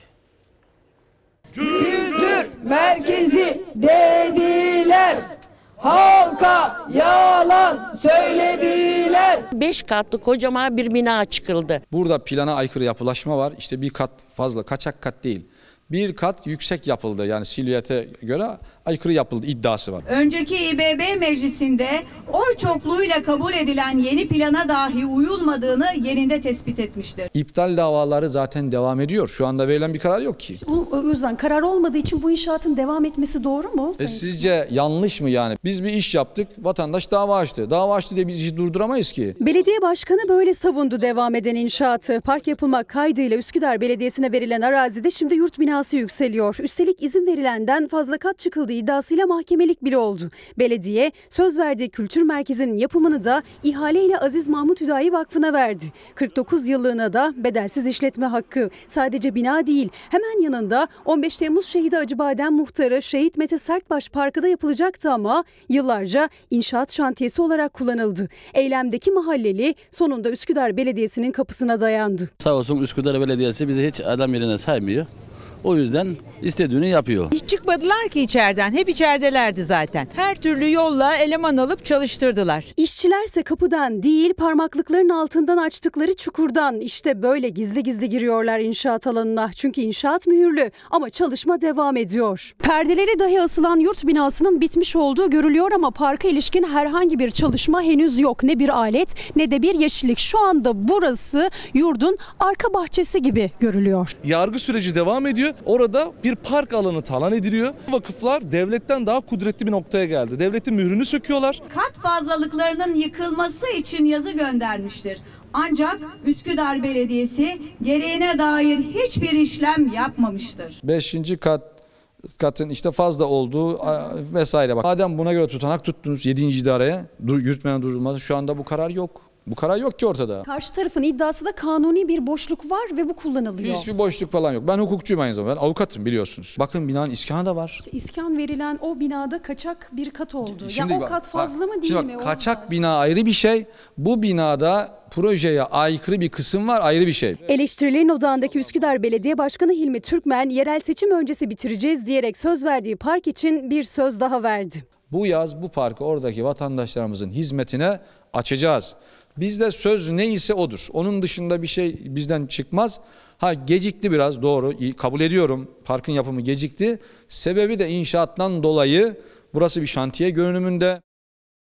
Kültür merkezi dediler, halka yalan söylediler. Beş katlı kocaman bir bina çıkıldı. Burada plana aykırı yapılaşma var. İşte bir kat fazla, kaçak kat değil. Bir kat yüksek yapıldı. Yani silüete göre aykırı yapıldı iddiası var. Önceki İBB meclisinde oy çokluğuyla kabul edilen yeni plana dahi uyulmadığını yerinde tespit etmiştir. İptal davaları zaten devam ediyor. Şu anda verilen bir karar yok ki. O yüzden karar olmadığı için bu inşaatın devam etmesi doğru mu? E sizce yanlış mı yani? Biz bir iş yaptık, vatandaş dava açtı. Dava açtı diye biz işi durduramayız ki. Belediye başkanı böyle savundu devam eden inşaatı. Park yapılmak kaydıyla Üsküdar Belediyesi'ne verilen arazide şimdi yurt binası yükseliyor. Üstelik izin verilenden fazla kat çıkıldığı iddiasıyla mahkemelik bile oldu. Belediye söz verdiği kültür merkezinin yapımını da ihaleyle Aziz Mahmut Hüdayi Vakfı'na verdi. kırk dokuz yıllığına da bedelsiz işletme hakkı. Sadece bina değil, hemen yanında on beş Temmuz Şehidi Acıbadem Muhtarı Şehit Mete Sertbaş Parkı da yapılacaktı ama yıllarca inşaat şantiyesi olarak kullanıldı. Eylemdeki mahalleli sonunda Üsküdar Belediyesi'nin kapısına dayandı. Sağ olsun Üsküdar Belediyesi bizi hiç adam yerine saymıyor. O yüzden istediğini yapıyor. Hiç çıkmadılar ki içeriden. Hep içeridelerdi zaten. Her türlü yolla eleman alıp çalıştırdılar. İşçilerse kapıdan değil, parmaklıkların altından açtıkları çukurdan, işte böyle gizli gizli giriyorlar inşaat alanına. Çünkü inşaat mühürlü ama çalışma devam ediyor. Perdeleri dahi asılan yurt binasının bitmiş olduğu görülüyor ama parka ilişkin herhangi bir çalışma henüz yok. Ne bir alet ne de bir yeşillik. Şu anda burası yurdun arka bahçesi gibi görülüyor. Yargı süreci devam ediyor. Orada bir park alanı talan ediliyor. Vakıflar devletten daha kudretli bir noktaya geldi. Devletin mührünü söküyorlar. Kat fazlalıklarının yıkılması için yazı göndermiştir. Ancak Üsküdar Belediyesi gereğine dair hiçbir işlem yapmamıştır. Beşinci kat katın işte fazla olduğu vesaire. Bak, madem buna göre tutanak tuttunuz yedinci idareye, yürütmenin durulması, şu anda bu karar yok. Bu karar yok ki ortada. Karşı tarafın iddiası da kanuni bir boşluk var ve bu kullanılıyor. Hiçbir boşluk falan yok. Ben hukukçuyum aynı zamanda. Ben avukatım biliyorsunuz. Bakın binanın iskanı da var. İskan verilen o binada kaçak bir kat oldu. Şimdi ya bak, o kat fazla bak, mı değil bak, mi? Kaçak bina ayrı bir şey. Bu binada projeye aykırı bir kısım var, ayrı bir şey. Eleştirilerin odağındaki Üsküdar Belediye Başkanı Hilmi Türkmen, yerel seçim öncesi bitireceğiz diyerek söz verdiği park için bir söz daha verdi. Bu yaz bu parkı oradaki vatandaşlarımızın hizmetine açacağız. Bizde söz neyse odur. Onun dışında bir şey bizden çıkmaz. Ha, gecikti biraz, doğru, kabul ediyorum. Parkın yapımı gecikti. Sebebi de inşaattan dolayı burası bir şantiye görünümünde.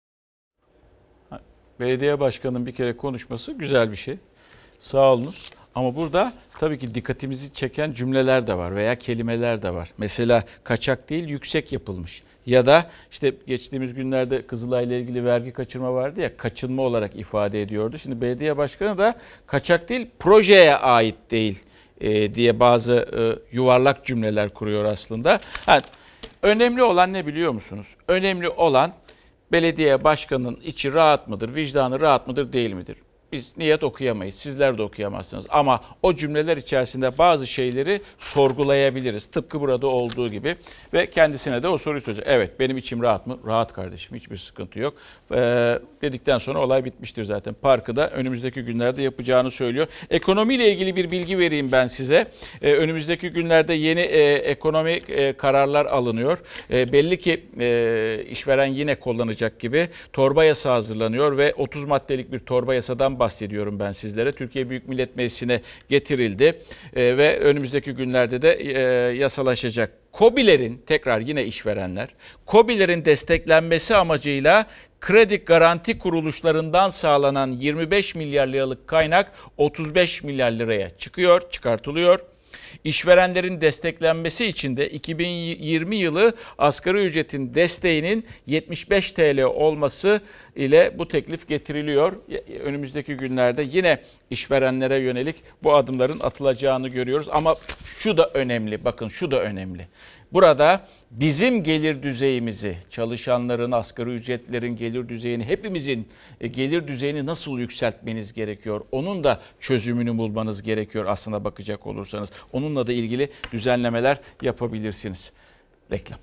Belediye başkanının bir kere konuşması güzel bir şey. Sağ olunuz. Ama burada tabii ki dikkatimizi çeken cümleler de var veya kelimeler de var. Mesela kaçak değil yüksek yapılmış. Ya da işte geçtiğimiz günlerde Kızılay'la ilgili vergi kaçırma vardı ya, kaçınma olarak ifade ediyordu. Şimdi belediye başkanı da kaçak değil projeye ait değil e, diye bazı e, yuvarlak cümleler kuruyor aslında. Ha, önemli olan ne biliyor musunuz? Önemli olan belediye başkanının içi rahat mıdır, vicdanı rahat mıdır, değil midir? Biz niyet okuyamayız, sizler de okuyamazsınız. Ama o cümleler içerisinde bazı şeyleri sorgulayabiliriz. Tıpkı burada olduğu gibi. Ve kendisine de o soruyu soracak. Evet, benim içim rahat mı? Rahat kardeşim, hiçbir sıkıntı yok. Ee, dedikten sonra olay bitmiştir zaten. Parkı da önümüzdeki günlerde yapacağını söylüyor. Ekonomiyle ilgili bir bilgi vereyim ben size. Ee, önümüzdeki günlerde yeni e, ekonomi e, kararlar alınıyor. E, belli ki e, işveren yine kullanacak gibi torba yasa hazırlanıyor ve otuz maddelik bir torba yasadan bahsediyorum ben sizlere. Türkiye Büyük Millet Meclisi'ne getirildi e, ve önümüzdeki günlerde de e, yasalaşacak. KOBİ'lerin, tekrar yine işverenler, KOBİ'lerin desteklenmesi amacıyla kredi garanti kuruluşlarından sağlanan yirmi beş milyar liralık kaynak otuz beş milyar liraya çıkıyor, çıkartılıyor. İşverenlerin desteklenmesi için de iki bin yirmi yılı asgari ücretin desteğinin yetmiş beş TL olması ile bu teklif getiriliyor. Önümüzdeki günlerde yine işverenlere yönelik bu adımların atılacağını görüyoruz. Ama şu da önemli, bakın şu da önemli. Burada bizim gelir düzeyimizi, çalışanların, asgari ücretlerin gelir düzeyini, hepimizin gelir düzeyini nasıl yükseltmeniz gerekiyor? Onun da çözümünü bulmanız gerekiyor aslına bakacak olursanız. Onunla da ilgili düzenlemeler yapabilirsiniz. Reklam.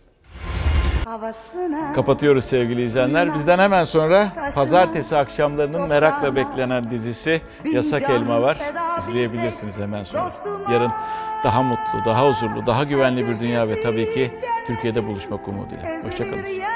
Kapatıyoruz sevgili izleyenler. Bizden hemen sonra pazartesi akşamlarının merakla beklenen dizisi Yasak Elma var. İzleyebilirsiniz hemen sonra. Yarın daha mutlu, daha huzurlu, daha güvenli bir dünya ve tabii ki Türkiye'de buluşmak umuduyla. Hoşça kalın.